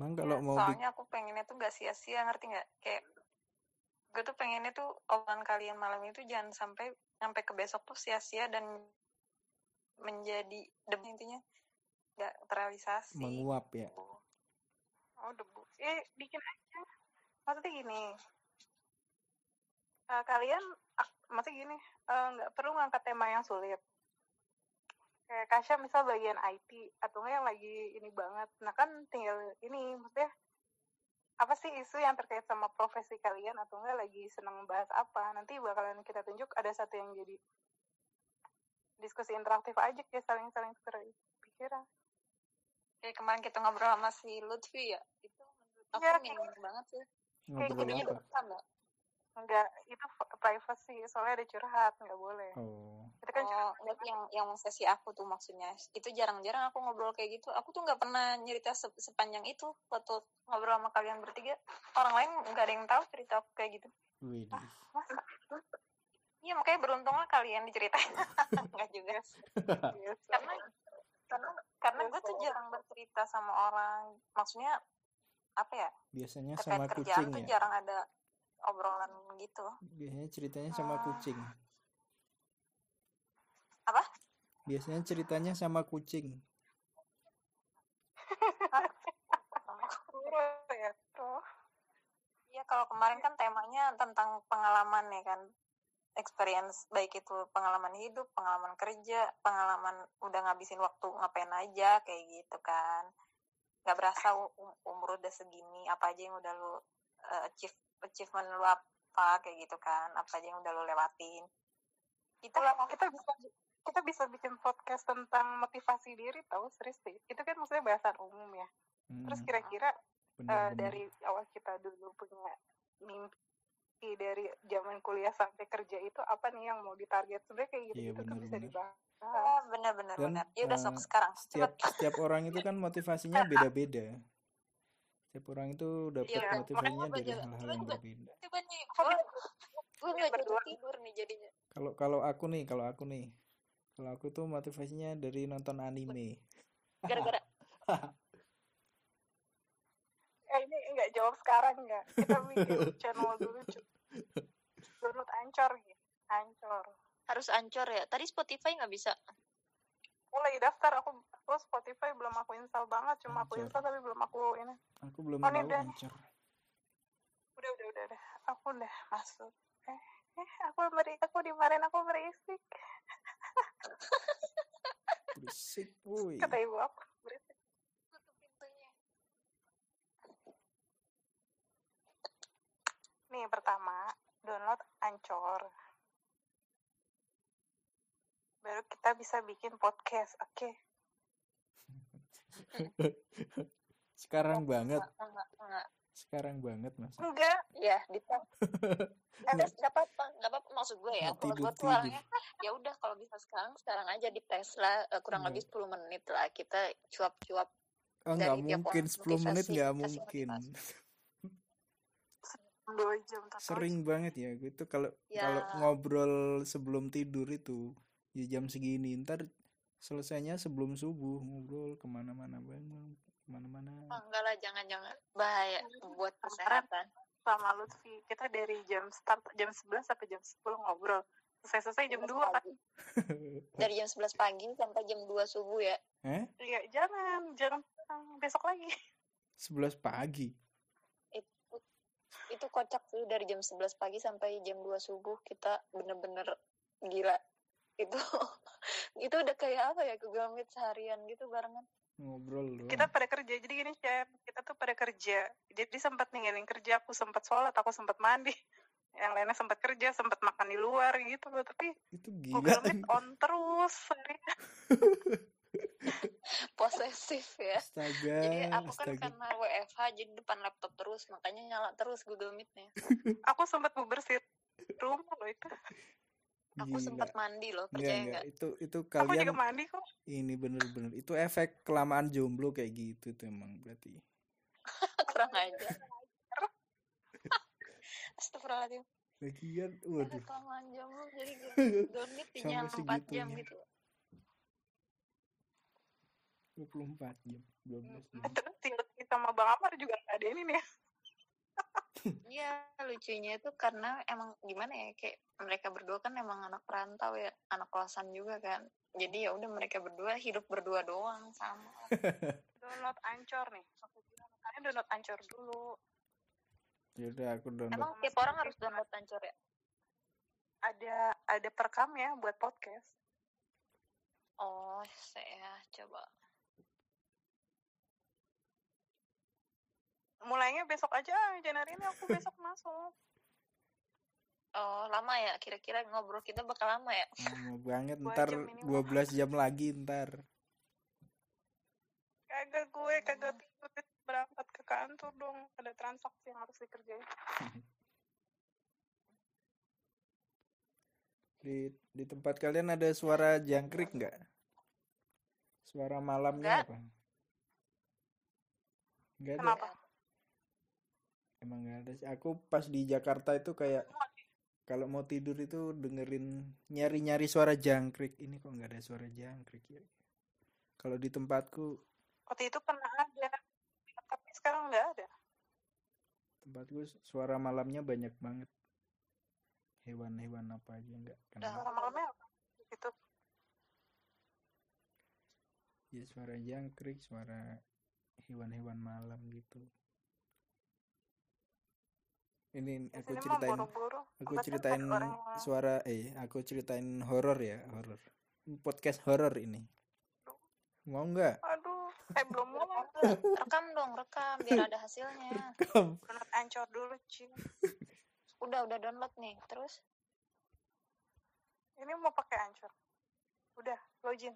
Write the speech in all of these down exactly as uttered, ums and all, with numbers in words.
Emang kalau Ya, mau soalnya aku pengennya tuh gak sia-sia, ngerti gak? Kayak gue tuh pengennya tuh obrolan kalian malam itu jangan sampai sampai ke besok tuh sia-sia dan menjadi debu, intinya gak terrealisasi. menguap ya. Oh debu. Eh bikin aja. Maksudnya gini. Uh, kalian, uh, maksudnya gini, nggak uh, perlu ngangkat tema yang sulit. Kayak Kasya misal bagian I T atau nggak yang lagi ini banget. Nah kan tinggal ini, maksudnya apa sih isu yang terkait sama profesi kalian atau nggak lagi seneng bahas apa. Nanti bakalan kita tunjuk ada satu yang jadi diskusi interaktif aja, kayak saling-saling tukar pikiran. Kayak kemarin kita ngobrol sama si Lutfi ya, itu menurut aku ya, minim banget sih. Ngobrol kayak apa? Enggak, itu privacy, soalnya ada curhat, nggak boleh. Oh. Itu kan oh, curhat yang yang sesi aku tuh maksudnya. Itu jarang-jarang aku ngobrol kayak gitu. Aku tuh nggak pernah cerita se- sepanjang itu waktu ngobrol sama kalian bertiga. Orang lain nggak ada yang tahu cerita aku kayak gitu. Widih. Ah, masa? Iya, makanya beruntunglah kalian diceritain. Enggak juga. karena karena karena gue tuh jarang bercerita sama orang. Maksudnya apa ya? Biasanya terkait sama kerjaan kucing tuh ya. Jarang ada obrolan gitu. Biasanya ceritanya sama Hmm. kucing. Apa? Biasanya ceritanya sama kucing. Iya, kalau kemarin kan temanya tentang pengalaman ya kan, experience, baik itu pengalaman hidup, pengalaman kerja, pengalaman udah ngabisin waktu ngapain aja kayak gitu kan. Nggak berasa um- umur udah segini, apa aja yang udah lu uh, achieve achievement lu apa kayak gitu kan, apa aja yang udah lu lewatin. Itulah kita bisa kita bisa bikin podcast tentang motivasi diri, tahu serius deh. Itu kan maksudnya bahasan umum ya. Hmm. Terus kira-kira Bener, uh, bener. dari awal kita dulu punya mimpi dari zaman kuliah sampai kerja itu apa nih yang mau ditarget, sebenarnya kayak gitu-gitu Iya, tuh bisa bener. dibahas. Oh, benar-benar Dan benar. Ya udah uh, sok sekarang. setiap setiap orang itu kan motivasinya beda-beda. Setiap orang itu dapat Iya, motivasinya makanya dari gua hal-hal juga- yang juga- berbeda. Coba nih, gue gue nggak jadi tidur nih jadinya. Kalau kalau aku nih, kalau aku nih, kalau aku tuh motivasinya dari nonton anime. Gara-gara Eh ini nggak jawab sekarang nggak? Kita bikin channel dulu cuy. Download Anchor gitu. Anchor. harus Anchor ya. Tadi Spotify nggak bisa. Aku lagi daftar, aku, aku Spotify belum aku install banget, cuma aku Anchor. install tapi belum aku ini. Aku belum Oh, ini tahu udah. Anchor. Udah udah udah udah. Aku udah masuk. Eh, eh aku beri, aku dimarahin aku berisik. Berisik, woi. Kata ibu aku berisik. Tutup pintunya. Nih pertama, download Anchor. Baru kita bisa bikin podcast, oke? Okay? Sekarang banget. Enggak, enggak. Sekarang banget mas. Enggak. Ya, di tes nggak apa-apa, nggak apa-apa maksud gue ya. Kalau gue tuh orangnya, ya udah kalau bisa sekarang, sekarang aja di tes lah, uh, kurang lebih sepuluh menit lah kita cuap-cuap. Oh, nggak mungkin sepuluh menit, nggak mungkin. Dua jam. Sering banget ya, gitu kalau ya. kalau ngobrol sebelum tidur itu ya jam segini, ntar selesainya sebelum subuh, ngobrol kemana-mana banget, kemana-mana. Oh, enggak lah, jangan-jangan bahaya buat kesehatan. Sama Lutfi, kita dari jam start jam sebelas sampai jam sepuluh ngobrol, selesai-selesai jam dua kan. Dari jam sebelas pagi sampai jam dua subuh ya. Eh? Iya, jangan, jangan besok lagi. sebelas pagi. Itu itu kocak tuh, dari jam sebelas pagi sampai jam dua subuh kita bener-bener gila. Itu itu udah kayak apa ya, Google Meet seharian gitu barengan. Ngobrol doang. Kita pada kerja, jadi gini Cem, kita tuh pada kerja, jadi sempat ninggalin kerja, aku sempat sholat, aku sempat mandi, yang lainnya sempat kerja, sempat makan di luar gitu loh, tapi itu gila. Google Meet on terus. Posesif ya. Astaga, jadi aku kan astaga. karena W F H jadi depan laptop terus, makanya nyala terus Google Meet-nya. Aku sempat bebersih rumah loh itu. Aku Gila. sempat mandi loh, percaya nggak? Itu itu kalian. Aku juga mandi kok. Ini bener-bener itu efek kelamaan jomblo kayak gitu tuh emang berarti. Kurang aja. Astagfirullahaladzim. Lagian, waduh. Efek kelamaan jomblo jadi Google Meet jam empat jam gitu. dua puluh empat jam, dua belas jam. Terus itu sama Bang Amar juga nggak ada ini nih. Iya, lucunya itu karena emang gimana ya, kayak mereka berdua kan emang anak perantau ya, anak kosan juga kan. Jadi ya udah mereka berdua hidup berdua doang sama. Download Anchor nih. Aku bilang makanya download Anchor dulu. Yaudah aku download. Emang tiap orang harus download Anchor ya? Ada ada perekam ya buat podcast. Oh, saya coba. Mulainya besok aja, Januari ini aku besok masuk. Oh, lama ya? Kira-kira ngobrol kita bakal lama ya? Lama banget, Dua ntar jam minimal. dua belas jam lagi ntar. Kagak gue kagak tidur berangkat ke kantor dong, ada transaksi yang harus dikerjain. Di di tempat kalian ada suara jangkrik nggak? Suara malamnya Nggak. apa? Nggak ada. Kenapa? Emang nggak ada sih. Aku pas di Jakarta itu kayak kalau mau tidur itu dengerin nyari-nyari suara jangkrik. Ini kok nggak ada suara jangkrik ya? Kalau di tempatku, Waktu itu pernah ada, tapi sekarang nggak ada. tempatku suara malamnya banyak banget. Hewan-hewan apa aja nggak Udah. kenal. Suara malamnya apa? Gitu. Ya suara jangkrik, suara hewan-hewan malam gitu. Ini Di aku sini mah ceritain, buru-buru. aku Bahkan ceritain ada orang yang suara, eh, aku ceritain horor ya, horor. Podcast horor ini. Mau nggak? aduh, eh belum mulai. Rekam dong, rekam biar ada hasilnya. Kamu Download Anchor dulu, Cing. Udah, udah download nih. Terus? Ini mau pakai Anchor. Udah, login.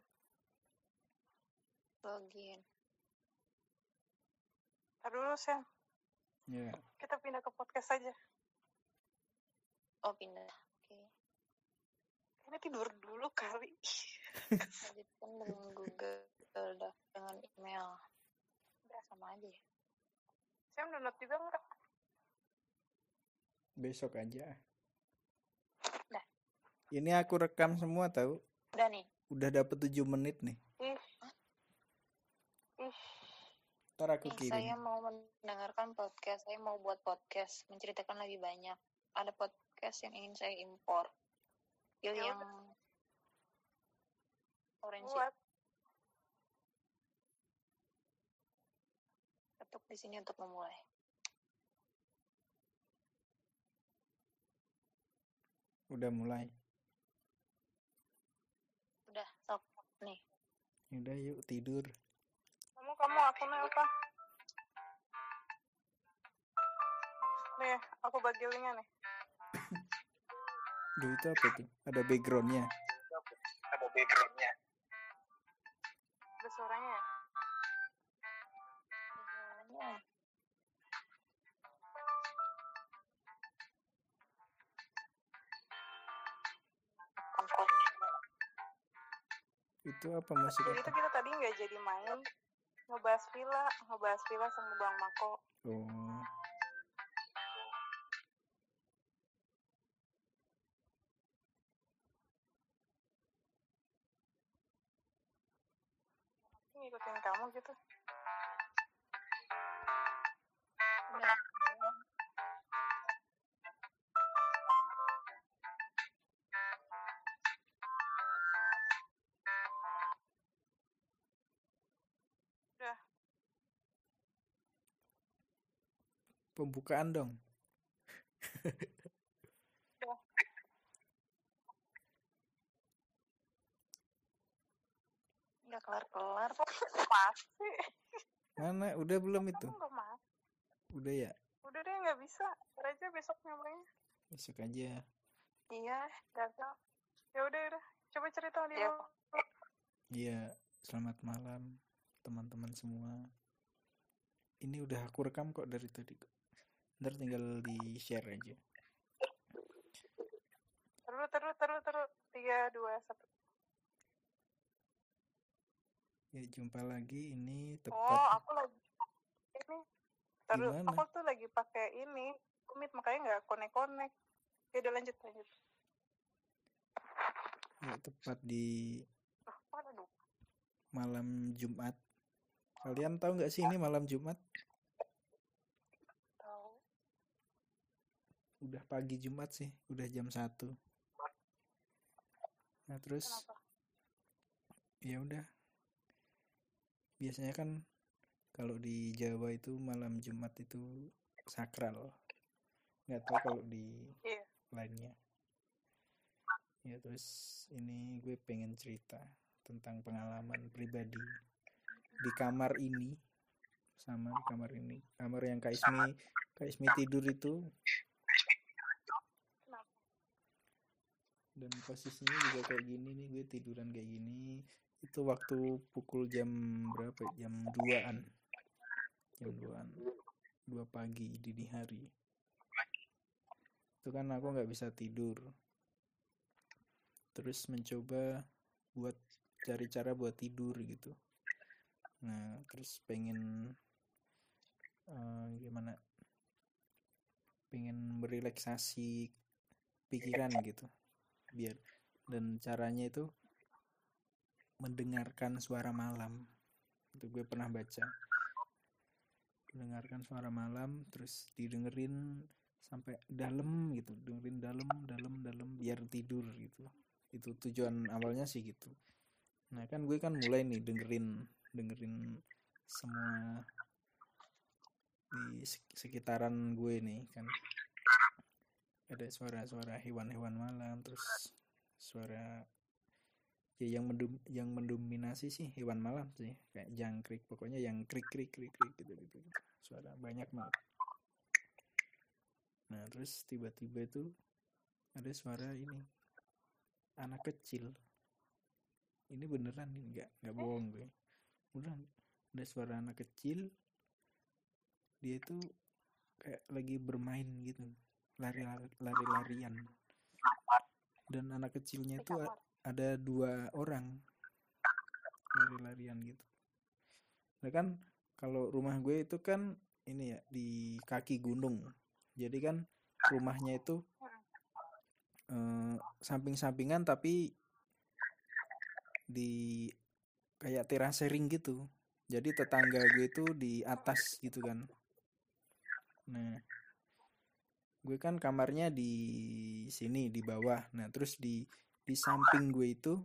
Login. Ntar dulu, Sen. ya. Kita pindah ke podcast aja. Oh, pindah. Oke. Ini tidur dulu kali. Lanjutkan dengan Google Doc dengan email. Udah sama aja ya. Sen download juga nggak? Besok aja. Udah. Ini aku rekam semua tahu. Udah nih. Udah dapet tujuh menit nih. Ih. Ih. Ntar aku Nih, kirim. saya mau mendengarkan podcast. Saya mau buat podcast. Menceritakan lebih banyak. Ada podcast yang ingin saya impor. Pilih Ya yang orange. Buat. Ketuk di sini untuk memulai. Udah mulai. Udah, sok. Nih. Udah yuk tidur. Kamu, kamu akunnya apa? Nih, aku bagi linknya nih. Duh itu apa tuh? Ada backgroundnya. Ada backgroundnya. Ada suaranya ya? Ya. Itu apa musik Jadi itu apa? kita tadi nggak jadi main. Ngebahas villa, ngebahas villa sama Bang Mako. Oh. Ngikutin kamu gitu. Udah. Udah. Pembukaan dong. Udah. Nggak kelar-kelar. Pasti. Mana? Udah belum itu? Kamu nggak mas? Udah ya? Udah deh nggak bisa. Ntar aja besok nyamanya. Besok aja. Iya, gagal. Ya udah udah. Coba cerita di Ya. Iya, selamat malam teman-teman semua. Ini udah aku rekam kok dari tadi. Ntar tinggal di share aja. Terus terus terus terus. Tiga dua satu. Ya jumpa lagi. Ini Oh, tepat. aku lagi ini. Terus Gimana? aku tuh lagi pakai ini. Meet makanya nggak connect-connect. Ya udah lanjut lanjut. Ya tepat di Oh, mana dong? malam Jumat. Kalian tahu nggak sih ini malam Jumat? udah pagi Jumat sih, udah jam satu. Nah terus Kenapa? ya udah, biasanya kan kalau di Jawa itu malam Jumat itu sakral, nggak tahu kalau di Iya. lainnya. Ya terus ini gue pengen cerita tentang pengalaman pribadi di kamar ini, sama di kamar ini, kamar yang Kak Ismi Kak Ismi tidur itu, Kenapa? dan posisinya juga kayak gini nih, gue tiduran kayak gini. Itu waktu pukul jam berapa ya? Jam duaan, jam duaan, dua pagi dini hari. Itu kan aku nggak bisa tidur, terus mencoba buat cari cara buat tidur gitu. Nah terus pengen uh, gimana, pengen merelaksasi pikiran gitu, biar, dan caranya itu mendengarkan suara malam. Itu gue pernah baca, mendengarkan suara malam, terus didengerin sampai dalam gitu, dengerin dalam dalam dalam biar tidur gitu. Itu tujuan awalnya sih gitu. Nah kan gue kan mulai nih dengerin dengerin semua di sekitaran gue nih kan, ada suara-suara hewan-hewan malam, terus suara ya yang mendum, yang mendominasi sih hewan malam sih, kayak jangkrik, pokoknya yang krik krik krik krik gitu gitu, suara banyak banget. Nah terus tiba-tiba itu ada suara ini, anak kecil. Ini beneran nih, nggak nggak bohong gue, beneran ada suara anak kecil. Dia itu kayak lagi bermain gitu, lari lari larian, dan anak kecilnya itu ada dua orang lari-larian gitu. Nah kan kalau rumah gue itu kan ini ya di kaki gunung, jadi kan rumahnya itu eh, samping-sampingan tapi di kayak terasering gitu, jadi tetangga gue itu di atas gitu kan. Nah gue kan kamarnya di sini di bawah, nah terus di di samping gue itu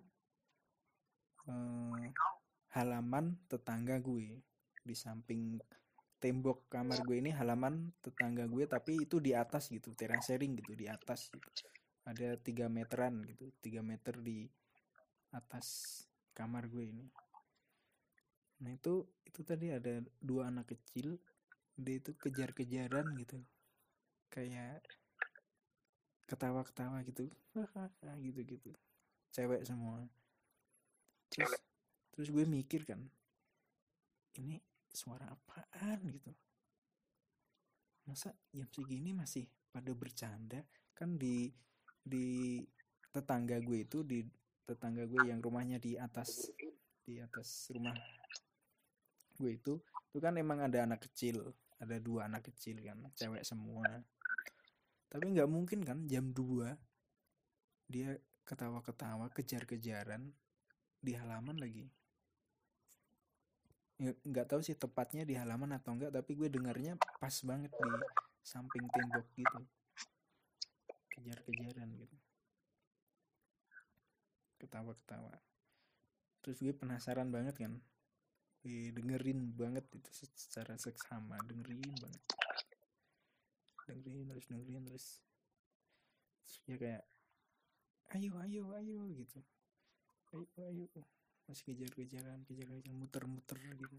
eh, halaman tetangga gue, di samping tembok kamar gue ini halaman tetangga gue, tapi itu di atas gitu, terasering gitu, di atas gitu. Ada tiga meteran gitu, tiga meter di atas kamar gue ini. Nah itu itu tadi ada dua anak kecil, dia itu kejar-kejaran gitu, kayak ketawa-ketawa gitu, gitu-gitu, cewek semua. Terus terus gue mikir kan, ini suara apaan gitu, masa jam segini masih pada bercanda. Kan di di tetangga gue itu, di tetangga gue yang rumahnya di atas di atas rumah gue itu itu kan emang ada anak kecil, ada dua anak kecil kan, cewek semua. Tapi nggak mungkin kan jam dua dia ketawa-ketawa kejar-kejaran di halaman lagi. Nggak tahu sih tepatnya di halaman atau enggak, tapi gue dengarnya pas banget di samping tembok gitu, kejar-kejaran gitu, ketawa-ketawa. Terus gue penasaran banget kan, gue dengerin banget itu secara seksama, dengerin banget, dengerin terus dengerin terus terus dia kayak ayo ayo ayo gitu, ayo ayo, masih kejar-kejaran kejar-kejaran, muter-muter gitu.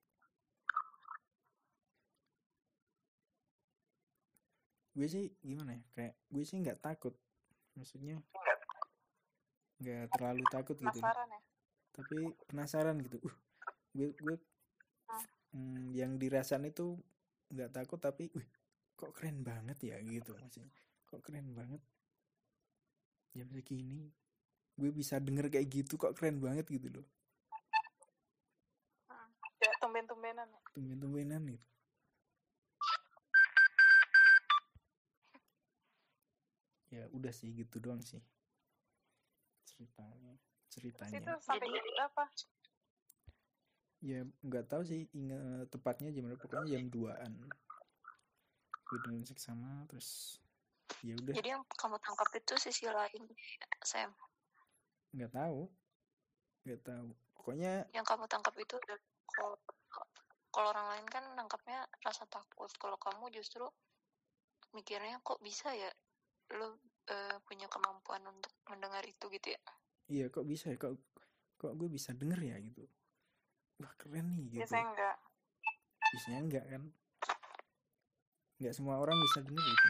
Gue sih gimana ya, kayak gue sih nggak takut, maksudnya nggak terlalu takut gitu, Penasaran ya? tapi penasaran gitu. uh gue gue hmm, yang dirasain itu nggak takut, tapi wih kok keren banget ya gitu, maksudnya kok keren banget jam segini gue bisa denger kayak gitu, kok keren banget gitu loh. Ya tumben-tumbenan ya. Tumben-tumbenan gitu. Ya udah sih gitu doang sih ceritanya ceritanya. Terus itu sampai jam berapa? Ya nggak tahu sih ingat tepatnya jam berapa, pokoknya jam duaan gue dengan seksama. Terus Ya udah, Jadi yang kamu tangkap itu sisi lain, Sam. nggak tahu, nggak tahu. Pokoknya Yang kamu tangkap itu adalah kalau kalau orang lain kan nangkapnya rasa takut. Kalau kamu justru mikirnya kok bisa ya lo eh, punya kemampuan untuk mendengar itu gitu ya. iya kok bisa ya, kok kok gue bisa denger ya gitu. Wah keren nih gitu. Biasanya enggak. Biasanya enggak kan. Nggak semua orang bisa denger gitu.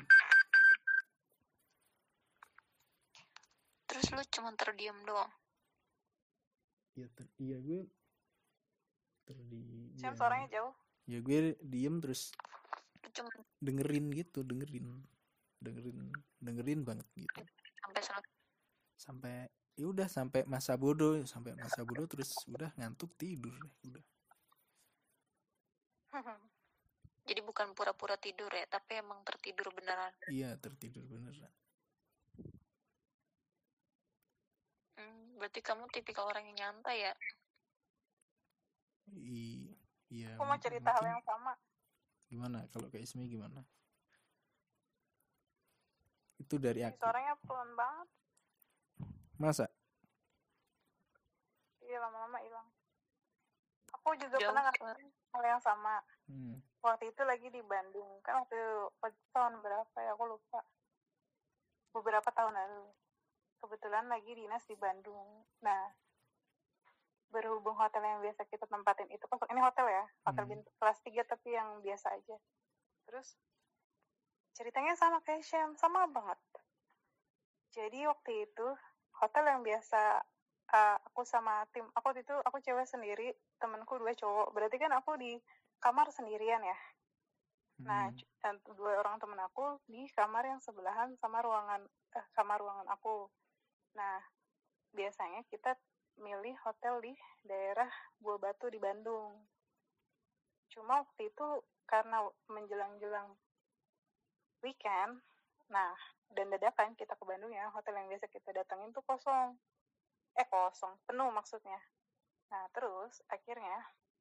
Terus lu cuma terdiam doang. Iya, ter, iya gue terdiam. Sam suaranya jauh. Ya gue diem terus Lu cuma dengerin gitu, dengerin, dengerin, dengerin banget gitu. sampai selesai. Sampai ya udah sampai masa bodoh, sampai masa bodoh terus udah ngantuk tidur deh, udah. Jadi bukan pura-pura tidur ya, tapi emang tertidur beneran. Iya tertidur beneran. Hmm, berarti kamu tipikal orang yang nyantai ya? I, iya. Aku mau cerita hal yang sama. Gimana kalau ke Ismi gimana? Itu dari Ih, aku. suaranya pelan banget. Masa? Iya lama-lama hilang. Aku juga Jauh, pernah ngalamin hal yang sama. Hmm. Waktu itu lagi di Bandung. Kan waktu, waktu tahun berapa ya, aku lupa. Beberapa tahun lalu. Kebetulan lagi dinas di Bandung. Nah, berhubung hotel yang biasa kita tempatin itu kosong. Ini hotel ya, hotel Hmm. bintang kelas tiga tapi yang biasa aja. Terus ceritanya sama kayak Syam, sama banget. Jadi waktu itu hotel yang biasa uh, aku sama tim, aku waktu itu aku cewek sendiri, temanku dua cowok. Berarti kan aku di kamar sendirian ya. Hmm. Nah, c- dua orang temen aku di kamar yang sebelahan sama ruangan eh, sama ruangan aku. Nah, biasanya kita milih hotel di daerah Buah Batu di Bandung. Cuma waktu itu karena menjelang-jelang weekend, nah dan dadakan kita ke Bandung ya, hotel yang biasa kita datangin tuh kosong. Eh kosong, penuh maksudnya. Nah terus akhirnya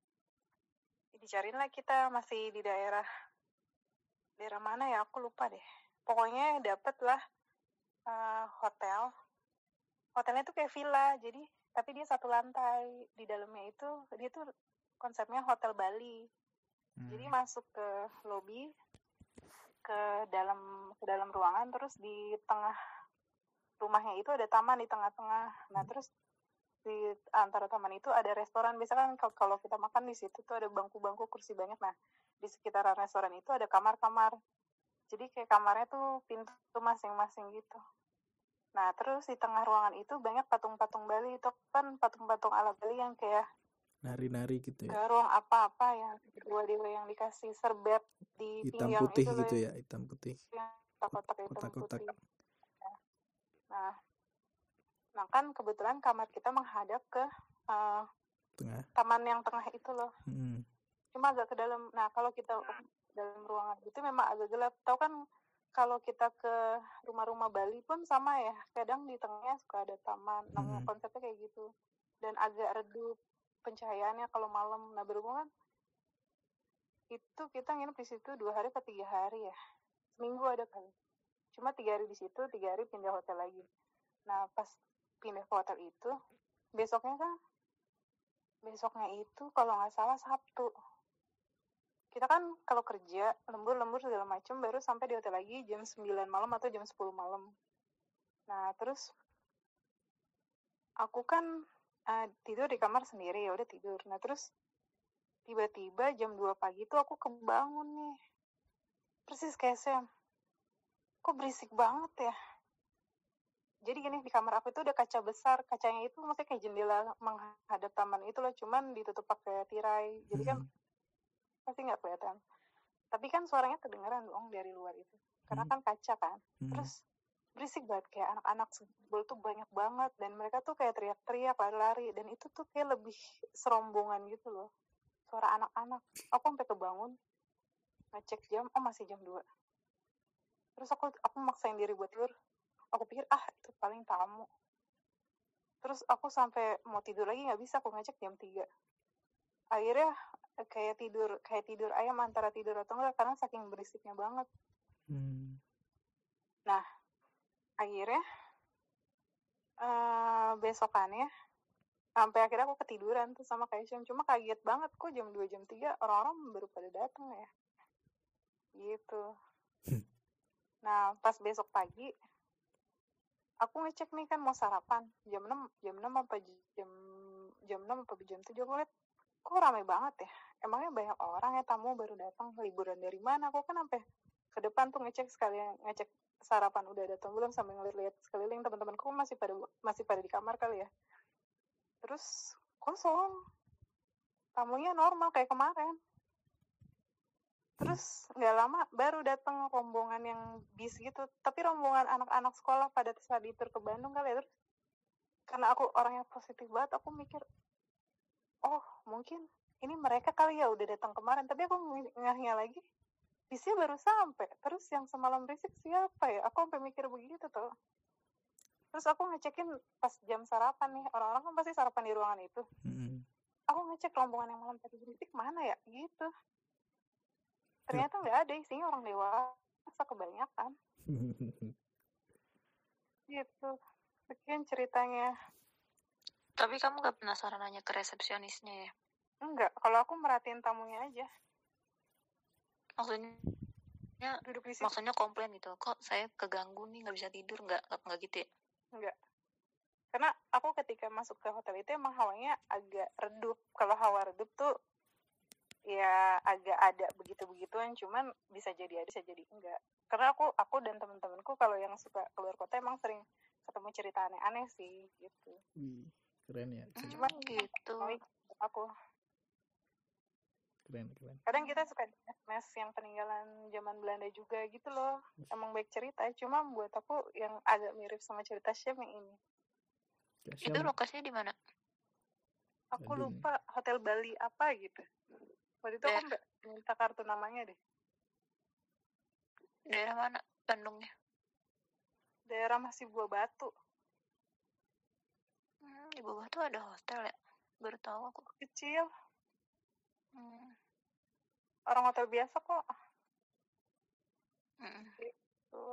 dicariin lah kita masih di daerah daerah mana ya, aku lupa deh. Pokoknya dapet lah uh, hotel. Hotelnya tuh kayak villa, jadi tapi dia satu lantai. Di dalamnya itu dia tuh konsepnya hotel Bali. Hmm. Jadi masuk ke lobi, ke dalam ke dalam ruangan, terus di tengah rumahnya itu ada taman di tengah-tengah. Nah terus di antara taman itu ada restoran. Biasa kan kalau kita makan di situ tuh ada bangku-bangku, kursi banyak. Nah di sekitaran restoran itu ada kamar-kamar. Jadi kayak kamarnya tuh pintu masing-masing gitu. Nah terus di tengah ruangan itu banyak patung-patung Bali. Itu kan patung-patung ala Bali yang kayak nari-nari gitu ya. Ruang apa-apa yang dewa-dewa yang dikasih serbet di Hitam pinggang putih itu gitu loh, ya, hitam putih. yang kotak-kotak hitam Kotak-kotak. putih. Nah, nah kan kebetulan kamar kita menghadap ke uh, Tengah. taman yang tengah itu loh. Hmm. Cuma agak ke dalam. Nah kalau kita dalam ruangan itu memang agak gelap. Tahu kan kalau kita ke rumah-rumah Bali pun sama ya. Kadang di tengahnya suka ada taman. Nah Hmm. konsepnya kayak gitu. Dan agak redup pencahayaannya kalau malam. Nah berhubungan itu kita nginep di situ dua hari atau tiga hari ya, seminggu ada kali. Cuma tiga hari di situ, tiga hari pindah hotel lagi. Nah pas pindah ke hotel itu, besoknya kan, besoknya itu kalau nggak salah Sabtu. Kita kan kalau kerja lembur-lembur segala macam baru sampai di hotel lagi jam sembilan malam atau jam sepuluh malam. Nah terus aku kan uh, tidur di kamar sendiri, ya udah tidur. Nah terus tiba-tiba jam dua pagi tuh aku kebangun nih. Persis kayak Sam. Kok berisik banget ya? Jadi gini, di kamar aku itu ada kaca besar. Kacanya itu maksudnya kayak jendela menghadap taman itu loh. Cuman ditutup pakai tirai. Jadi kan Hmm. pasti nggak kelihatan. Tapi kan suaranya kedengeran dong dari luar itu. Karena kan kaca kan. Hmm. Terus berisik banget. Kayak anak-anak sebel tuh banyak banget. Dan mereka tuh kayak teriak-teriak, lari-lari. Dan itu tuh kayak lebih serombongan gitu loh. Suara anak-anak. Aku sampai kebangun. Ngecek jam, oh masih jam dua. Terus aku aku maksain diri buat tidur. Aku pikir ah itu paling tamu. Terus aku sampai mau tidur lagi nggak bisa, aku ngecek jam tiga. Akhirnya kayak tidur kayak tidur ayam antara tidur atau enggak karena saking berisiknya banget. Hmm. Nah, akhirnya uh, besokannya sampai akhirnya aku ketiduran tuh sama Kaisem. Cuma kaget banget kok jam dua jam tiga orang-orang baru pada datang ya. Gitu. Nah, pas besok pagi aku ngecek nih kan mau sarapan jam enam jam enam apa jam jam enam apa jam tujuh, aku lihat kok ramai banget ya. Emangnya banyak orang ya, tamu baru datang, liburan dari mana? Aku kan sampai ke depan tuh ngecek sekalian, ngecek sarapan udah datang belum, sambil ngeliat-liat sekeliling. Teman-temanku masih pada masih pada di kamar kali ya. Terus kosong, tamunya normal kayak kemarin. Terus nggak lama baru datang rombongan yang bis gitu, tapi rombongan anak-anak sekolah pada saat itu ke Bandung kali ya. Terus karena aku orangnya positif banget, aku mikir oh mungkin ini mereka kali ya udah datang kemarin. Tapi aku ngehnya lagi bisnya baru sampai. Terus yang semalam berisik siapa ya? Aku sampai mikir begitu tuh. Terus aku ngecekin pas jam sarapan nih, orang-orang kan pasti sarapan di ruangan itu. Mm-hmm. Aku ngecek rombongan yang malam tadi berisik mana ya gitu. Ternyata nggak ada, isinya orang dewasa kebanyakan. Gitu. Sekian ceritanya. Tapi kamu nggak penasaran nanya ke resepsionisnya ya? Enggak, kalau aku merhatiin tamunya aja. Maksudnya duduk di situ. Maksudnya komplain gitu, kok saya keganggu nih, nggak bisa tidur, nggak nggak gitu ya? Enggak. Karena aku ketika masuk ke hotel itu emang hawanya agak redup. Kalau hawa redup tuh ya agak ada begitu-begituan, cuman bisa jadi ada, bisa jadi enggak. Karena aku aku dan teman-temanku kalau yang suka keluar kota emang sering ketemu cerita aneh-aneh sih gitu. Wih, keren ya. Cuma gitu. Aku keren keren. Kadang kita suka mes yang peninggalan zaman Belanda juga gitu loh. Emang baik cerita, cuma buat aku yang agak mirip sama cerita Syam yang ini. Itu lokasinya di mana? Aku Aduh. lupa, Hotel Bali apa gitu. Waktu itu aku minta kartu namanya deh. Daerah mana Bandungnya? Daerah masih Buah Batu. Hmm, di Buah Batu ada hotel ya? Baru tahu aku. Kecil. Hmm. Orang hotel biasa kok. Hmm. Gitu.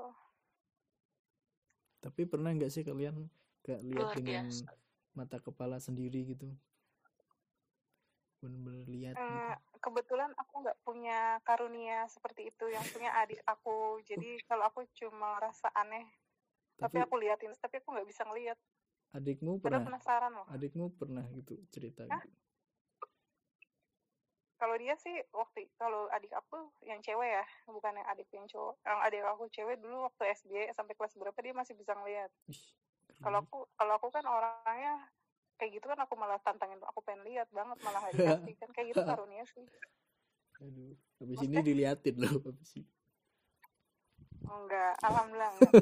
Tapi pernah nggak sih kalian gak lihat dengan biasa. Mata kepala sendiri gitu? Bener-bener lihat eh, gitu. Kebetulan aku nggak punya karunia seperti itu, yang punya adik aku. Jadi kalau aku cuma rasa aneh, tapi, tapi aku liatin, tapi aku nggak bisa ngelihat. Adikmu pernah? Penasaran loh. Adikmu pernah gitu cerita Hah? gitu? Kalau dia sih waktu kalau adik aku yang cewek ya, bukan yang adik yang cowok. Yang adik aku cewek dulu waktu S D sampai kelas berapa dia masih bisa ngelihat. Kalau aku kalau aku kan orangnya kayak gitu kan, aku malah tantangin, aku pengen lihat banget, malah hari kasih kan kayak gitu karunia sih. Aduh, habis Maksudnya? Ini diliatin loh habis ini. Enggak, alhamdulillah enggak.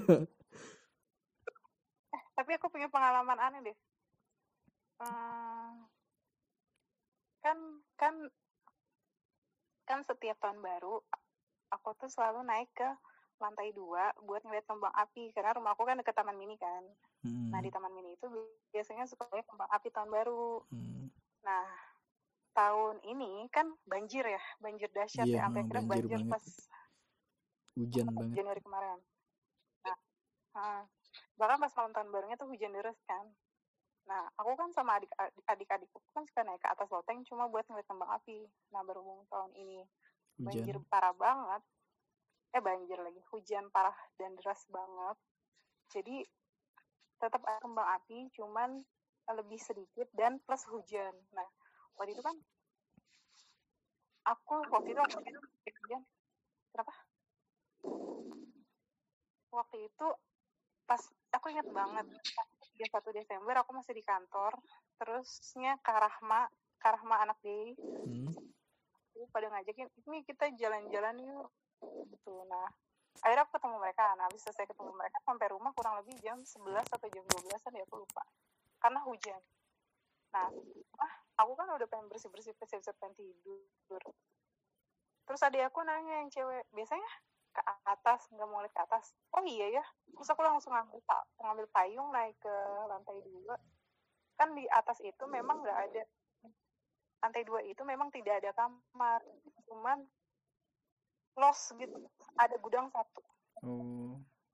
eh, tapi aku punya pengalaman aneh deh. Hmm, kan kan kan setiap tahun baru aku tuh selalu naik ke lantai dua buat ngeliat kembang api, karena rumah aku kan deket taman mini kan. Hmm. Nah di taman mini itu biasanya suka lihat kembang api tahun baru. Hmm. Nah tahun ini kan banjir ya, banjir dahsyat yeah, ya, sampai kira banjir, banjir pas hujan banget Januari kemarin. Nah hmm, bahkan pas malam tahun barunya tuh hujan deras kan. Nah aku kan sama adik adik-adikku kan suka naik ke atas loteng cuma buat ngeliat kembang api. Nah berhubung tahun ini banjir hujan. Parah banget, eh banjir lagi, hujan parah dan deras banget, jadi tetap ada kembang api, cuman lebih sedikit dan plus hujan. Nah waktu itu kan aku waktu itu waktu itu hujan kenapa? Waktu itu pas aku ingat banget tiga puluh satu Desember aku masih di kantor, terusnya Kak Rahma Kak Rahma anak Dei hmm. pada ngajakin ini kita jalan-jalan yuk gitu. Nah akhirnya aku ketemu mereka. Nah habis selesai ketemu mereka sampai rumah kurang lebih jam sebelas atau jam dua belasan ya, aku lupa karena hujan. Nah ah, aku kan udah pengen bersih-bersih, siap-siap pengen tidur. Terus adik aku nanya yang cewek, biasanya ke atas, nggak mau lihat ke atas. Oh iya ya. Terus aku langsung ngambil, ngambil payung naik ke lantai dua. Kan di atas itu memang nggak ada, lantai dua itu memang tidak ada kamar, cuman los gitu, ada gudang satu. Oh.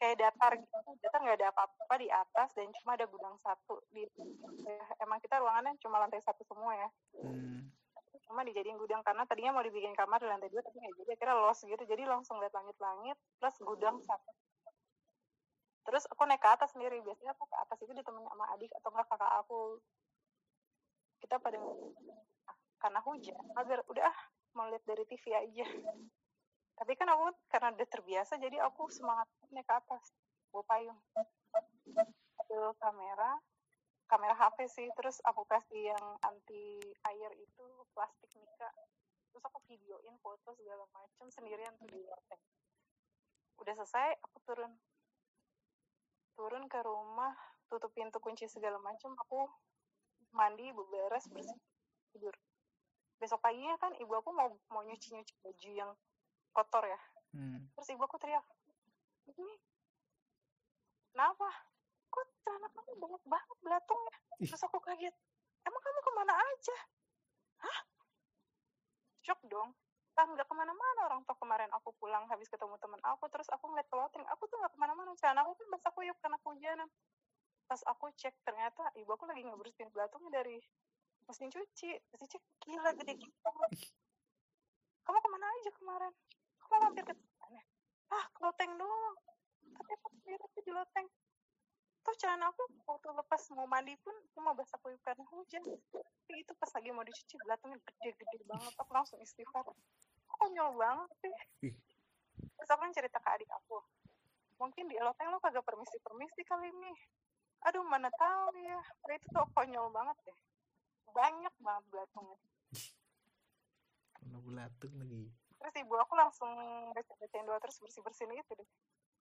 kayak datar gitu, datar nggak ada apa-apa di atas dan cuma ada gudang satu di ya, emang kita ruangannya cuma lantai satu semua ya, Hmm. cuma dijadiin gudang karena tadinya mau dibikin kamar di lantai dua tapi nggak jadi, kira los gitu, jadi langsung lihat langit-langit plus gudang satu. Terus aku naik ke atas sendiri, biasanya aku ke atas itu ditemenin sama adik atau enggak kakak aku, kita pada karena hujan agar udah ah, mau lihat dari T V aja. Tapi kan aku karena udah terbiasa jadi aku semangat naik ke atas bawa payung, ambil kamera kamera H P sih, terus aku kasih yang anti air itu plastik Mika, terus aku videoin foto segala macam sendirian tuh di loteng. Udah selesai aku turun turun ke rumah, tutup pintu kunci segala macam, aku mandi beberes bersih tidur. Besok paginya kan ibu aku mau mau nyuci nyuci baju yang kotor ya. Hmm. Terus ibu aku teriak, ini kenapa? Kok celana kamu banyak banget belatungnya? Terus aku kaget, emang kamu kemana aja? Hah? Shock dong. Kan nggak kemana-mana, orang toh kemarin aku pulang habis ketemu teman aku, terus aku ngeliat ke loteng, aku tuh nggak kemana-mana, celana aku kan basah kuyup karena kehujanan. Pas aku cek ternyata ibu aku lagi ngebersihin belatungnya dari mesin cuci. Mesin cuci gila gede gitu. Kamu kemana aja kemarin? Kamu mampir ke sana? Ah, ke loteng doang. Tapi aku sendiri di loteng. Tuh celana aku waktu lepas mau mandi pun cuma basah kuyup karena hujan. Tapi itu pas lagi mau dicuci belatungnya gede-gede banget. Aku langsung istighfar. Konyol banget sih. Terus aku kan cerita ke adik aku. Mungkin di loteng lo kagak permisi-permisi kali ini. Aduh, mana tahu ya. Nah, itu tuh konyol banget deh. Banyak banget belatungnya. Kena belatung lagi. Terus ibu aku langsung baca-bacain doa terus bersih-bersihin itu deh.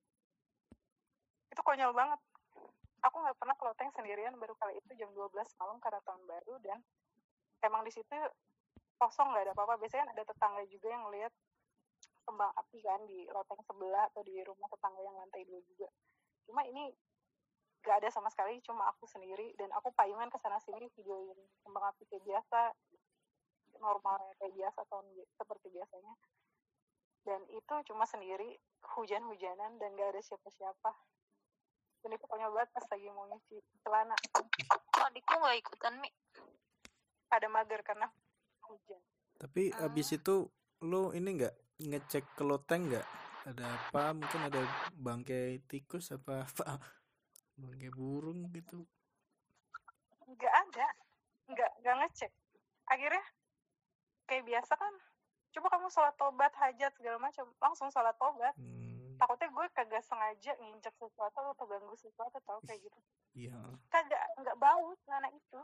Itu konyol banget. Aku nggak pernah ke loteng sendirian, baru kali itu jam dua belas malam karena tahun baru, dan emang di situ kosong, nggak ada apa-apa. Biasanya ada tetangga juga yang lihat kembang api kan di loteng sebelah atau di rumah tetangga yang lantai dua juga. Cuma ini nggak ada sama sekali, cuma aku sendiri, dan aku payungan kesana sini videoin kembang api kayak biasa, normalnya kayak biasa tahun seperti biasanya. Dan itu cuma sendiri, hujan-hujanan dan nggak ada siapa-siapa. Dan itu konyol banget pas lagi mau nyuci celana. Adikku nggak ikutan, Mi. Pada mager karena hujan. Tapi Ah. abis itu lo ini nggak ngecek ke loteng nggak? Ada apa? Mungkin ada bangkai tikus apa apa? Bangkai burung gitu? Nggak ada, nggak nggak ngecek. Akhirnya kayak biasa kan, coba kamu sholat tobat, hajat segala macam, langsung sholat tobat. Hmm. Takutnya gue kagak sengaja nginjek sesuatu atau ganggu sesuatu, tau kayak gitu. Iya. Kagak, nggak bau celana itu.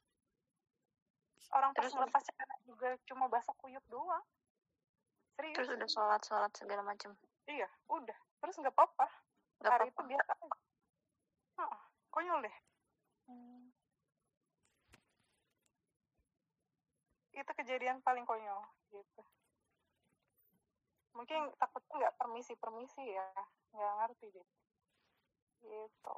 Orang pas Terus- ngelepas celana juga cuma basah kuyup doang. Serius. Terus udah sholat-sholat segala macam. Iya, udah. Terus nggak apa-apa. Nggak Hari apa-apa. itu biasa aja. Hah, konyol deh. Hmm. Itu kejadian paling konyol gitu. Mungkin takutnya nggak permisi-permisi ya, nggak ngerti deh. Gitu.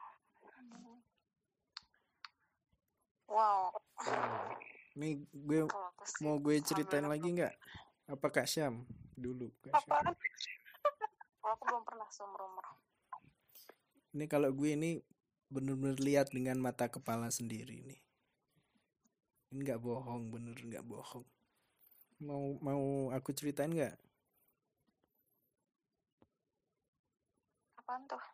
Wow. Nih gue Kalau aku sih, mau gue ceritain alhamdulillah lagi belum. nggak? Apa Kak Syam dulu? Kak Syam. Apaan? Kalau aku belum pernah seumur umur. Ini kalau gue ini bener-bener lihat dengan mata kepala sendiri nih. Ini nggak bohong, bener nggak bohong. Mau mau aku ceritain nggak? Apaan tuh?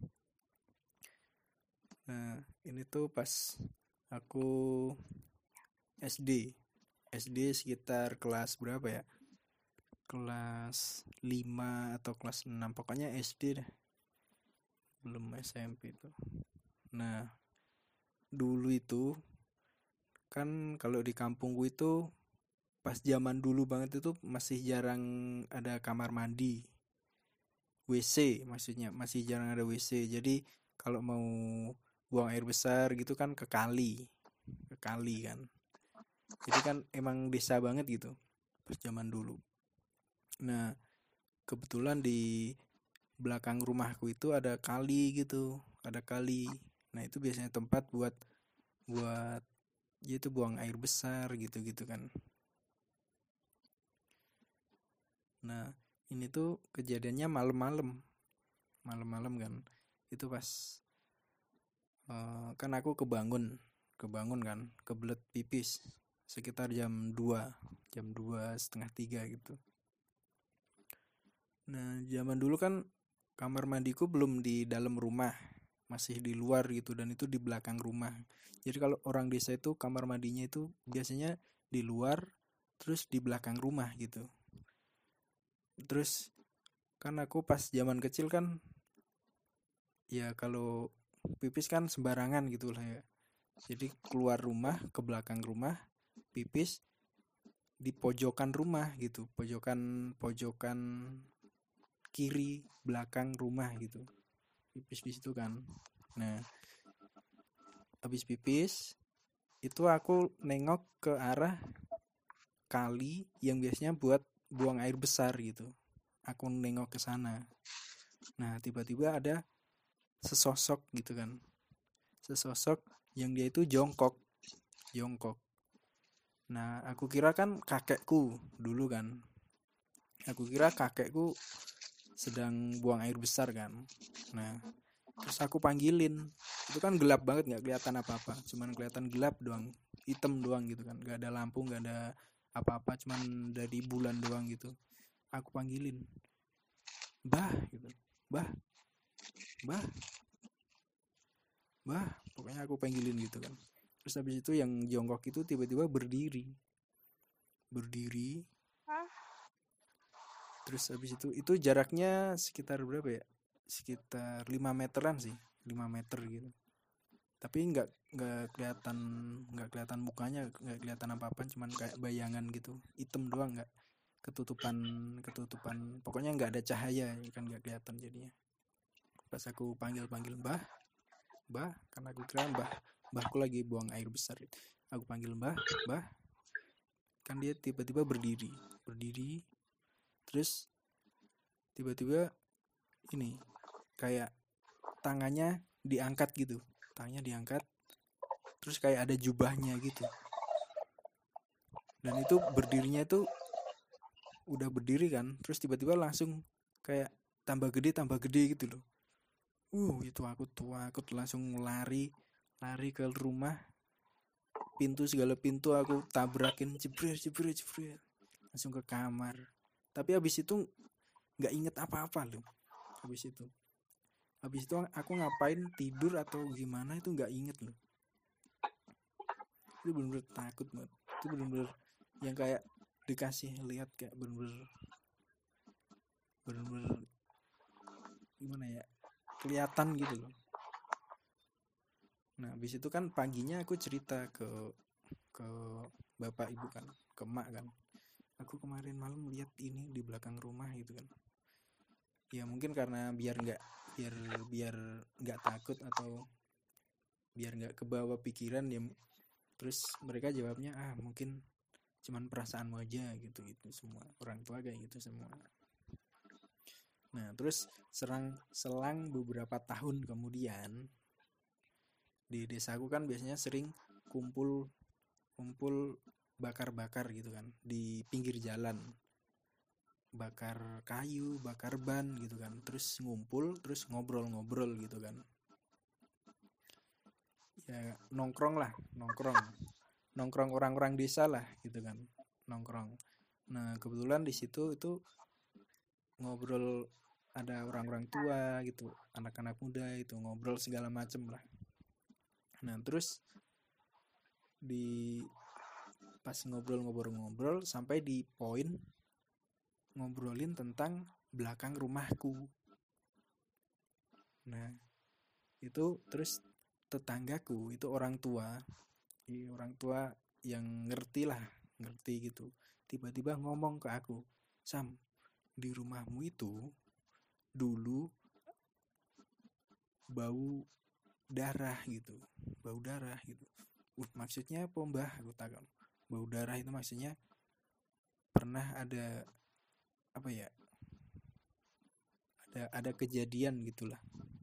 Nah, ini tuh pas aku S D. S D sekitar kelas berapa ya? Kelas lima atau kelas enam. Pokoknya S D deh. Belum S M P itu. Nah, dulu itu kan kalau di kampungku itu pas zaman dulu banget itu masih jarang ada kamar mandi. W C maksudnya, masih jarang ada W C. Jadi kalau mau buang air besar gitu kan ke kali. Ke kali kan. Jadi kan emang desa banget gitu pas zaman dulu. Nah, kebetulan di belakang rumahku itu ada kali gitu, ada kali. Nah, itu biasanya tempat buat buat yaitu buang air besar gitu-gitu kan. Nah, ini tuh kejadiannya malam-malam. malam-malam kan. Itu pas uh, kan aku kebangun kebangun kan, kebelet pipis sekitar jam dua jam dua setengah tiga gitu. Nah zaman dulu kan kamar mandiku belum di dalam rumah, masih di luar gitu, dan itu di belakang rumah. Jadi kalau orang desa itu kamar mandinya itu biasanya di luar, terus di belakang rumah gitu. Terus kan aku pas zaman kecil kan ya kalau pipis kan sembarangan gitu lah ya. Jadi keluar rumah ke belakang rumah, pipis di pojokan rumah gitu, pojokan pojokan kiri belakang rumah gitu, pipis di situ kan. Nah habis pipis itu aku nengok ke arah kali yang biasanya buat buang air besar gitu. Aku nengok ke sana. Nah tiba-tiba ada sesosok gitu kan, sesosok yang dia itu jongkok jongkok. Nah aku kira kan kakekku dulu kan, aku kira kakekku sedang buang air besar kan. Nah terus aku panggilin, itu kan gelap banget, nggak kelihatan apa-apa, cuman kelihatan gelap doang, hitam doang gitu kan, nggak ada lampu, nggak ada apa-apa, cuman dari bulan doang gitu. Aku panggilin, bah gitu, bah bah bah pokoknya aku panggilin gitu kan. Terus habis itu yang jongkok itu tiba-tiba berdiri berdiri Hah? Terus habis itu itu jaraknya sekitar berapa ya, sekitar lima meteran sih, lima meter gitu. Tapi nggak nggak kelihatan nggak kelihatan mukanya, nggak kelihatan apa-apa, cuman kayak bayangan gitu, hitam doang, nggak ketutupan ketutupan pokoknya nggak ada cahaya kan, nggak kelihatan jadinya. Pas aku panggil panggil mbah mbah karena aku kira mbah mbahku lagi buang air besar, aku panggil mbah mbah kan dia tiba-tiba berdiri berdiri terus tiba-tiba ini kayak tangannya diangkat gitu, tangannya diangkat terus kayak ada jubahnya gitu. Dan itu berdirinya itu udah berdiri kan, terus tiba-tiba langsung kayak tambah gede tambah gede gitu loh. Uh itu aku tua aku langsung lari lari ke rumah, pintu segala pintu aku tabrakin, jebret jebret jebret, langsung ke kamar. Tapi habis itu nggak inget apa-apa loh. Habis itu habis itu aku ngapain, tidur atau gimana itu nggak inget loh. Itu bener-bener takut banget, itu bener-bener yang kayak dikasih lihat, kayak bener-bener bener-bener gimana ya, kelihatan gitu loh. Nah habis itu kan paginya aku cerita ke ke bapak ibu kan, ke emak kan, aku kemarin malam lihat ini di belakang rumah gitu kan. Ya mungkin karena biar nggak biar biar nggak takut atau biar nggak kebawa pikiran ya, terus mereka jawabnya ah mungkin cuman perasaanmu aja gitu gitu, semua orang tua kayak gitu semua. Nah terus serang selang beberapa tahun kemudian, di desaku kan biasanya sering kumpul kumpul bakar-bakar gitu kan di pinggir jalan, bakar kayu, bakar ban gitu kan, terus ngumpul, terus ngobrol-ngobrol gitu kan. Ya nongkrong lah, nongkrong. Nongkrong orang-orang desa lah gitu kan, nongkrong. Nah, kebetulan di situ itu ngobrol, ada orang-orang tua gitu, anak-anak muda itu ngobrol segala macem lah. Nah, terus di pas ngobrol-ngobrol-ngobrol sampai di poin ngobrolin tentang belakang rumahku. Nah itu terus tetanggaku itu orang tua, orang tua yang ngerti lah, ngerti gitu, tiba-tiba ngomong ke aku, Sam, di rumahmu itu dulu bau darah gitu, bau darah gitu. Uh, maksudnya apa mbah? Aku takut. Bau darah itu maksudnya pernah ada apa ya, ada ada kejadian gitulah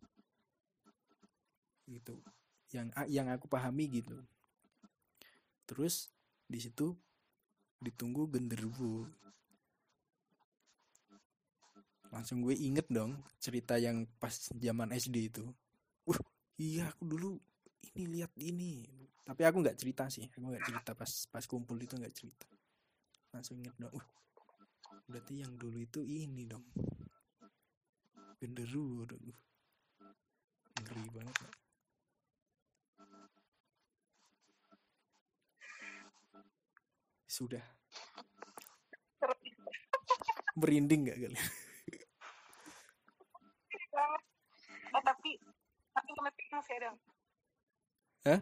gitu, yang yang aku pahami gitu. Terus di situ ditunggu genderuwo, langsung gue inget dong cerita yang pas zaman S D itu. Wah, iya aku dulu ini lihat ini. Tapi aku nggak cerita sih, aku nggak cerita pas pas kumpul itu nggak cerita. Langsung inget dong. Wah, berarti yang dulu itu ini dong. Genderuwo dong. Ngeri banget. Pak. Sudah. Merinding nggak kalian? banget. Eh, tapi tapi sampai sekarang masih ada. Hah?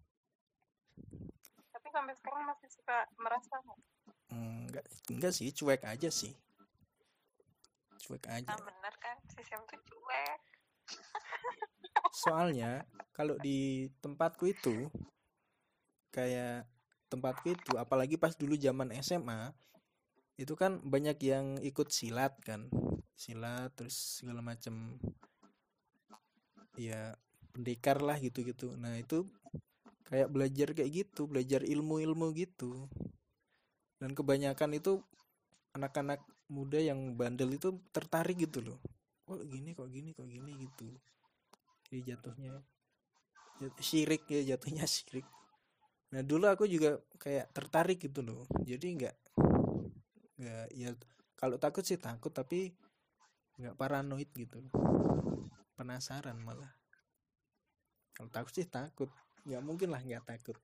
Tapi sampai sekarang masih suka merasa nggak? Enggak, enggak sih, cuek aja sih. Cuek aja. Nah bener kan, si Sam tuh cuek. Soalnya kalau di tempatku itu kayak tempatku itu apalagi pas dulu zaman S M A itu kan banyak yang ikut silat kan. Silat terus segala macam ya pendekar lah gitu-gitu. Nah, itu kayak belajar kayak gitu, belajar ilmu-ilmu gitu. Dan kebanyakan itu anak-anak muda yang bandel itu tertarik gitu loh. Kok gini, kok gini, kok gini gitu. Jadi jatuhnya jat- syirik ya jatuhnya syirik. Nah, dulu aku juga kayak tertarik gitu loh. Jadi nggak nggak ya kalau takut sih takut tapi nggak paranoid gitu. Penasaran malah. Kalau takut sih takut. Nggak mungkin lah nggak takut.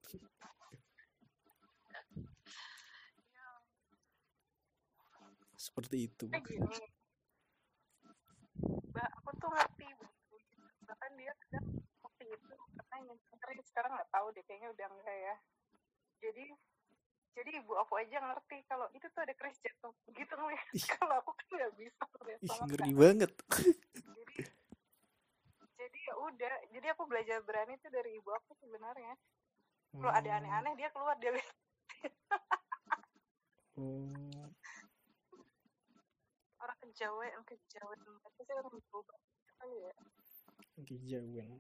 Seperti itu. Kayak gini, bah aku tuh ngerti Bu. Bahkan dia kadang waktu itu katanya sekarang sekarang nggak tahu deh, kayaknya udah enggak ya. Jadi jadi ibu aku aja ngerti kalau itu tuh ada keris jatuh gitu ngeliat. Ih, Kalau aku kan nggak bisa ngeliat ih sama ngeri sekali. banget. Jadi jadi ya udah, jadi aku belajar berani tuh dari ibu aku sebenarnya. Kalau ada Oh, aneh-aneh dia keluar, dia lihat oh, orang kejawen kejawen tapi sih orang berubah kali ya. kejauhan.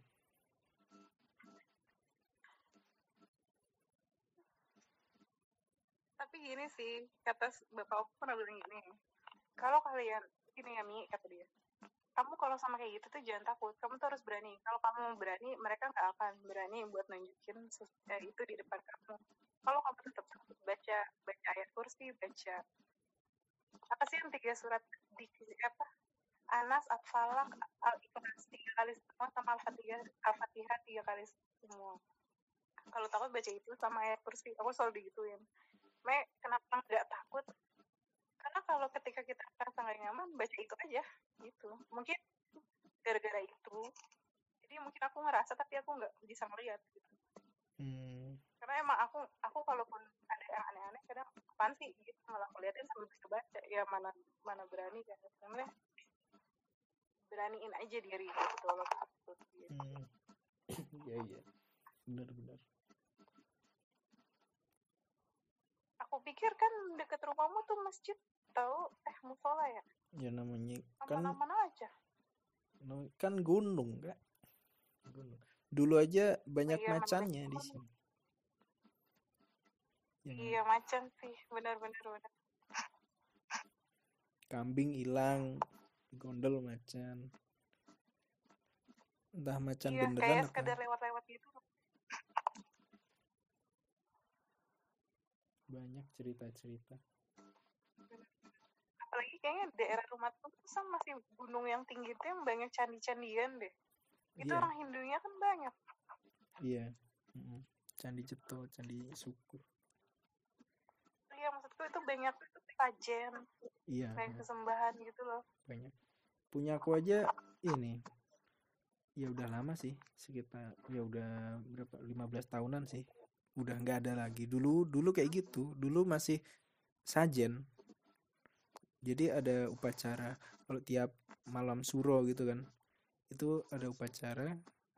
Tapi gini sih, kata s- bapak aku pernah bilang gini, kalau kalian gini ya Mi, kata dia, kamu kalau sama kayak gitu tuh jangan takut, kamu tuh harus berani. Kalau kamu berani, mereka nggak akan berani buat nunjukin ses- eh, itu di depan kamu. Kalau kamu tetap takut, baca baca ayat kursi, baca apa sih yang tiga surat di apa, Anas, Al-Falaq, Al-Ikhlas tiga kali semua, sama Al-Fatihah, Al-Fatihah tiga kali semua. Kalau takut baca itu sama ayat kursi, aku selalu digituin. Me, kenapa nggak takut? Karena kalau ketika kita merasa nggak nyaman, baca itu aja, gitu. Mungkin gara-gara itu, jadi mungkin aku ngerasa tapi aku nggak bisa ngeliat, gitu. Hmm, Karena emang aku, aku kalaupun ada yang aneh-aneh, kadang apaan sih, gitu, malah aku liatin sambil bisa baca, ya mana mana berani kan, sebenarnya beraniin aja diri gitu loh, gitu. hmm. Iya, iya. Benar-benar. Aku pikir kan deket rumahmu tuh masjid, tahu? Eh, musola ya? Ya namanya kan Aman-aman aja. no- kan gunung, Kak. Gunung. Dulu aja banyak Iya, macannya di bener. sini. Yang Iya, macan sih, benar-benar benar. kambing hilang, gondol macan. Entah macan Iya, beneran kayak apa. sekedar lewat-lewat gitu. Banyak cerita-cerita. Apalagi kayaknya daerah rumah tuh kan masih gunung yang tinggi tuh yang banyak candi-candian deh. Itu Iya, orang Hindunya kan banyak. iya. Mm-mm. Candi Ceto, Candi Syukur. Iya, maksudku itu banyak sajen, Iya, banyak mm, kesembahan gitu loh. banyak. Punya aku aja ini. Ya udah lama sih, sekitar ya udah berapa lima belas tahunan sih. Udah nggak ada lagi. Dulu dulu kayak gitu. Dulu masih sajen. Jadi ada upacara kalau tiap malam suro gitu kan. Itu ada upacara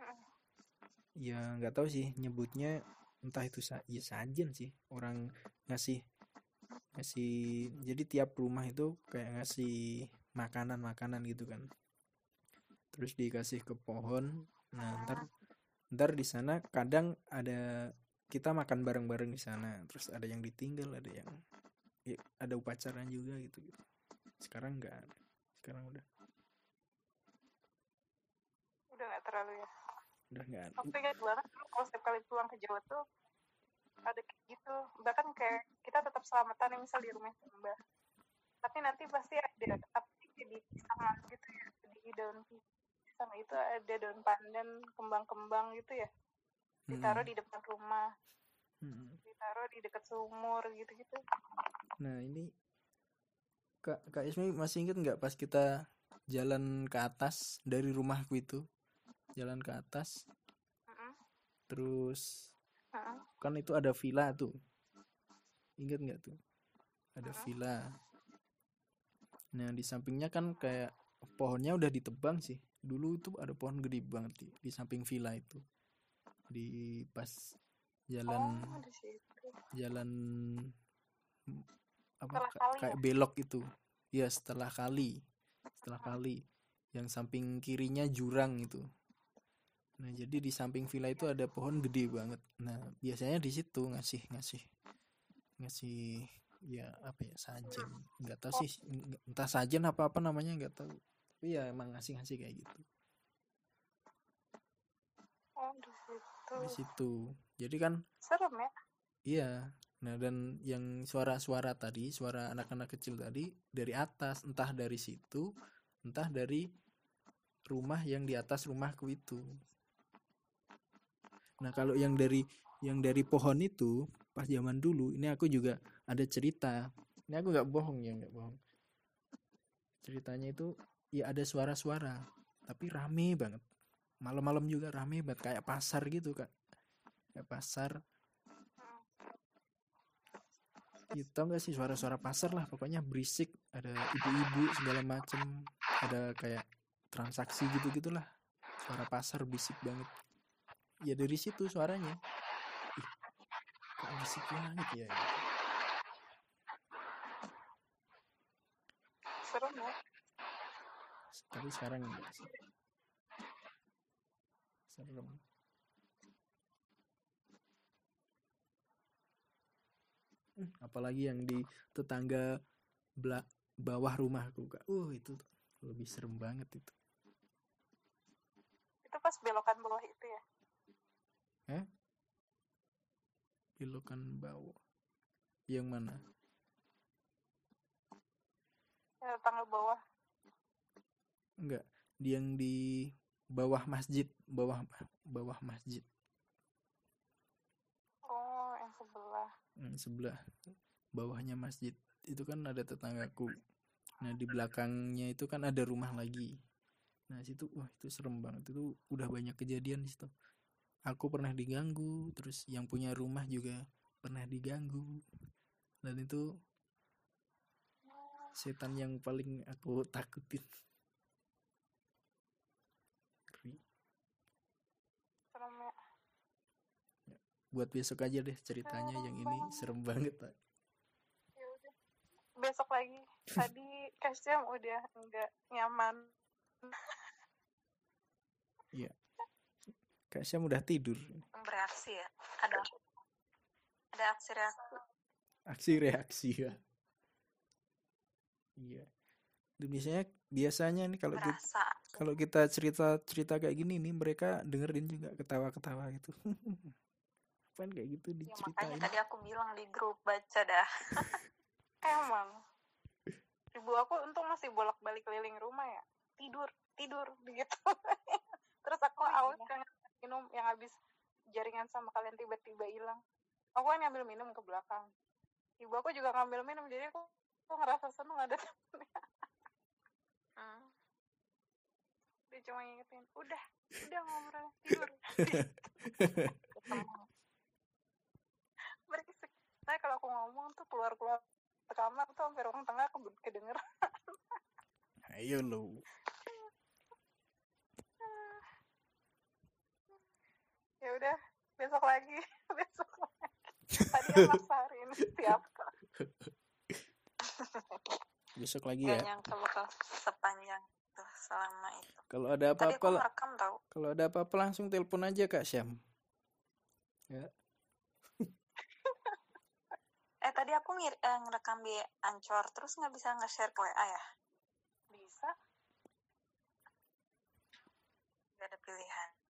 ya nggak tahu sih nyebutnya entah itu sa ya sajen sih. Orang ngasih ngasih jadi tiap rumah itu kayak ngasih makanan-makanan gitu kan. Terus dikasih ke pohon. Nah, ntar ntar di sana kadang ada kita makan bareng-bareng di sana. Terus ada yang ditinggal, ada yang ya, ada upacara juga gitu gitu. Sekarang nggak ada. sekarang udah Udah nggak terlalu ya. udah nggak Aku ingat banget dulu kalau setiap kali pulang ke Jawa tuh ada kayak gitu. Bahkan kayak kita tetap selamatan nih misal di rumah Mbak. Tapi nanti pasti ada apa sih, di pisangan gitu ya, di daun pisang itu ada daun pandan, kembang-kembang gitu ya. Ditaruh Mm-mm. di depan rumah, Mm-mm. ditaruh di dekat sumur gitu-gitu. Nah ini Kak Kak Ismi masih ingat nggak pas kita jalan ke atas dari rumahku itu, jalan ke atas Mm-mm. terus Mm-mm. kan itu ada villa tuh, ingat nggak tuh, ada Mm-mm. villa. Nah di sampingnya kan kayak pohonnya udah ditebang sih, dulu itu ada pohon gede banget di, di samping villa itu, di pas jalan Oh, di situ. jalan mm, apa Setelah ka- kali ya. kayak belok itu ya, setelah kali setelah kali yang samping kirinya jurang itu. Nah jadi di samping villa itu ada pohon gede banget. Nah biasanya di situ ngasih ngasih ngasih ya apa ya, sajen, nggak tahu sih, nggak- entah sajen apa apa namanya nggak tahu, tapi ya emang ngasih ngasih kayak gitu Oh, di situ. di situ. Jadi kan Serem ya. iya. Nah dan yang suara-suara tadi, suara anak-anak kecil tadi dari atas, entah dari situ, entah dari rumah yang di atas rumahku itu. Nah kalau yang dari yang dari pohon itu pas zaman dulu, ini aku juga ada cerita. Ini aku nggak bohong ya, nggak bohong. Ceritanya itu ya ada suara-suara, tapi rame banget. Malam-malam juga rame banget, kayak pasar gitu kak, kayak pasar. Ya, tau gak sih suara-suara pasar lah, pokoknya berisik, ada ibu-ibu segala macem, ada kayak transaksi gitu gitulah, suara pasar berisik banget. Ya dari situ suaranya, ih kok berisik banget ya gitu. Serem ya. Tapi sekarang enggak sih, serem. Hmm, apalagi yang di tetangga bela- bawah rumahku kak, uh itu lebih serem banget itu. Itu pas belokan bawah itu ya. Eh belokan bawah yang mana? Ya, tangga bawah. Enggak, yang di bawah masjid, bawah bawah masjid. Oh, yang sebelah. Hmm, sebelah bawahnya masjid itu kan ada tetanggaku. Nah di belakangnya itu kan ada rumah lagi. Nah situ wah itu serem banget, itu udah banyak kejadian di situ. Aku pernah diganggu, terus yang punya rumah juga pernah diganggu, dan itu setan yang paling aku takutin. Ngeri. Serem ya. Buat besok aja deh ceritanya, yang ini serem banget pak. Ya udah. Besok lagi. Tadi Kasyam udah enggak nyaman. Iya, Kak Syam udah tidur. Bereaksi ya. Ada ada aksi reaksi. Aksi reaksi ya. Iya. Dan biasanya biasanya nih kalau kita, Berasa. kalau kita cerita cerita kayak gini nih, mereka dengerin juga ketawa-ketawa gitu. Apaan kayak gitu Ya makanya diceritain. tadi aku bilang di grup, baca dah. Emang. Ibu aku untung masih bolak-balik keliling rumah ya. Tidur, tidur begitu. Terus aku Oh, awas iya. kan minum yang habis jaringan sama kalian tiba-tiba hilang. Aku kan ngambil minum ke belakang. Ibu aku juga ngambil minum, jadi aku, aku ngerasa seneng ada temennya. Hmm. Dia cuma ngingetin, udah, udah ngobrol, tidur. Berisik. Nah kalau aku ngomong tuh keluar-keluar ke kamar tuh sampai ruang tengah aku kedenger. Ayo lo. Ya udah, besok lagi, besok lagi. Tadi yang maksa, hari ini siap. Besok lagi Gak ya. nyangka bakal sepanjang itu, selama itu. Kalau ada Tadi apa-apa aku lah, ngerekam tau. kalau ada apa-apa langsung telepon aja Kak Syam. Ya. Eh tadi aku ngir- eh, ngerekam di Anchor, terus nggak bisa nge-share ke W A ya? bisa. Gak ada pilihan.